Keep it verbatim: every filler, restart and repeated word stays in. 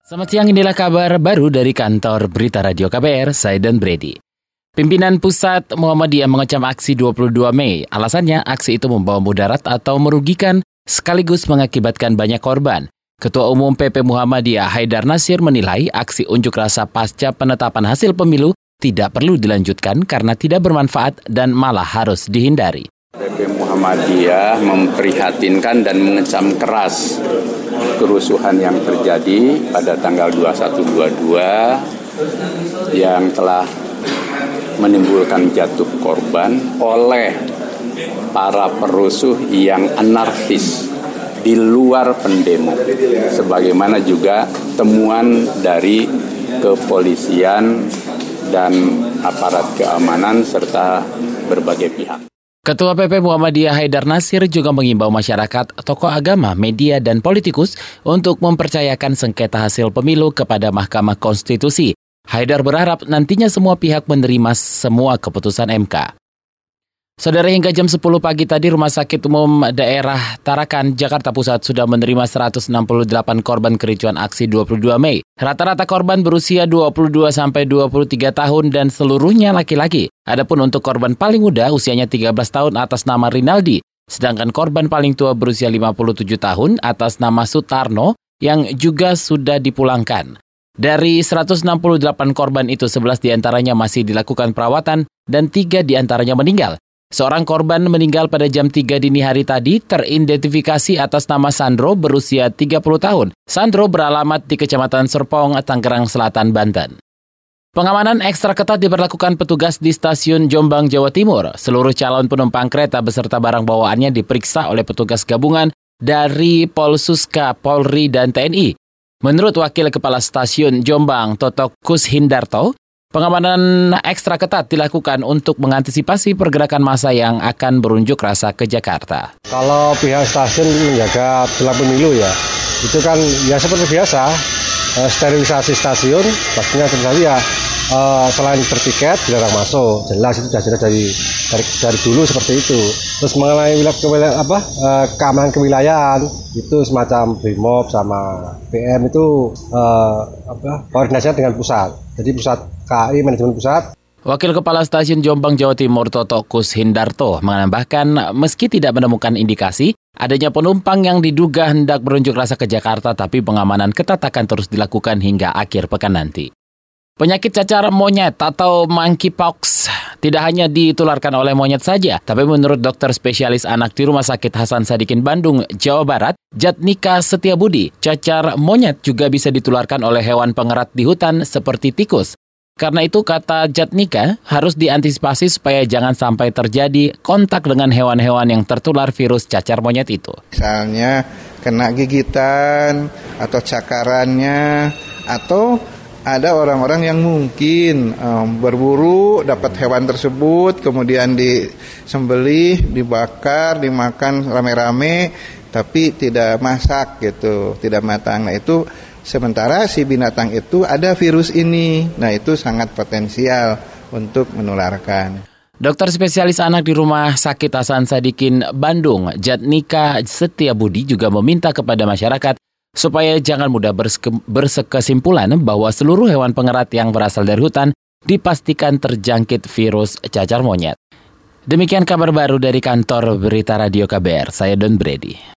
Selamat siang, inilah kabar baru dari kantor Berita Radio K B R, saya Don Brady. Pimpinan Pusat Muhammadiyah mengecam aksi dua puluh dua Mei. Alasannya, aksi itu membawa mudarat atau merugikan sekaligus mengakibatkan banyak korban. Ketua Umum P P Muhammadiyah Haidar Nasir menilai aksi unjuk rasa pasca penetapan hasil pemilu tidak perlu dilanjutkan karena tidak bermanfaat dan malah harus dihindari. P P Muhammadiyah memprihatinkan dan mengecam keras kerusuhan yang terjadi pada tanggal dua puluh satu dua puluh dua yang telah menimbulkan jatuh korban oleh para perusuh yang anarkis di luar pendemo, sebagaimana juga temuan dari kepolisian dan aparat keamanan serta berbagai pihak. Ketua P P Muhammadiyah Haidar Nasir juga mengimbau masyarakat, tokoh agama, media, dan politikus untuk mempercayakan sengketa hasil pemilu kepada Mahkamah Konstitusi. Haidar berharap nantinya semua pihak menerima semua keputusan M K. Saudara, hingga jam sepuluh pagi tadi, Rumah Sakit Umum Daerah Tarakan, Jakarta Pusat sudah menerima seratus enam puluh delapan korban kericuan aksi dua puluh dua Mei. Rata-rata korban berusia dua puluh dua sampai dua puluh tiga tahun dan seluruhnya laki-laki. Adapun untuk korban paling muda usianya tiga belas tahun atas nama Rinaldi, sedangkan korban paling tua berusia lima puluh tujuh tahun atas nama Sutarno yang juga sudah dipulangkan. Dari seratus enam puluh delapan korban itu, sebelas diantaranya masih dilakukan perawatan dan tiga diantaranya meninggal. Seorang korban meninggal pada jam tiga dini hari tadi teridentifikasi atas nama Sandro berusia tiga puluh tahun. Sandro beralamat di Kecamatan Serpong, Tangerang Selatan, Banten. Pengamanan ekstra ketat diberlakukan petugas di stasiun Jombang, Jawa Timur. Seluruh calon penumpang kereta beserta barang bawaannya diperiksa oleh petugas gabungan dari Polsuska, Polri, dan T N I. Menurut Wakil Kepala Stasiun Jombang, Toto Kushindarto, pengamanan ekstra ketat dilakukan untuk mengantisipasi pergerakan massa yang akan berunjuk rasa ke Jakarta. Kalau pihak stasiun menjaga jelang pemilu ya, itu kan ya seperti biasa, eh, sterilisasi stasiun, pastinya terjadi ya eh, selain bertiket dilarang masuk, jelas itu sudah jelas dari, dari dari dulu seperti itu. Terus mengenai wilayah apa eh, keamanan kewilayahan itu semacam Brimob sama P M itu eh, apa koordinasinya dengan pusat. Jadi pusat K I, manajemen pusat. Wakil Kepala Stasiun Jombang, Jawa Timur, Toto Kushindarto, menambahkan meski tidak menemukan indikasi adanya penumpang yang diduga hendak berunjuk rasa ke Jakarta, tapi pengamanan ketat akan terus dilakukan hingga akhir pekan nanti. Penyakit cacar monyet atau monkeypox tidak hanya ditularkan oleh monyet saja, tapi menurut dokter spesialis anak di Rumah Sakit Hasan Sadikin Bandung, Jawa Barat, Jatnika Setiabudi, cacar monyet juga bisa ditularkan oleh hewan pengerat di hutan seperti tikus. Karena itu, kata Jatnika, harus diantisipasi supaya jangan sampai terjadi kontak dengan hewan-hewan yang tertular virus cacar monyet itu. Misalnya kena gigitan atau cakarannya, atau ada orang-orang yang mungkin um, berburu dapat hewan tersebut, kemudian disembelih, dibakar, dimakan rame-rame, tapi tidak masak gitu, tidak matang. Nah itu sementara si binatang itu ada virus ini, nah itu sangat potensial untuk menularkan. Dokter spesialis anak di Rumah Sakit Hasan Sadikin Bandung, Jatnika Setiabudi, juga meminta kepada masyarakat supaya jangan mudah berkesimpulan bahwa seluruh hewan pengerat yang berasal dari hutan dipastikan terjangkit virus cacar monyet. Demikian kabar baru dari kantor Berita Radio K B R, saya Don Brady.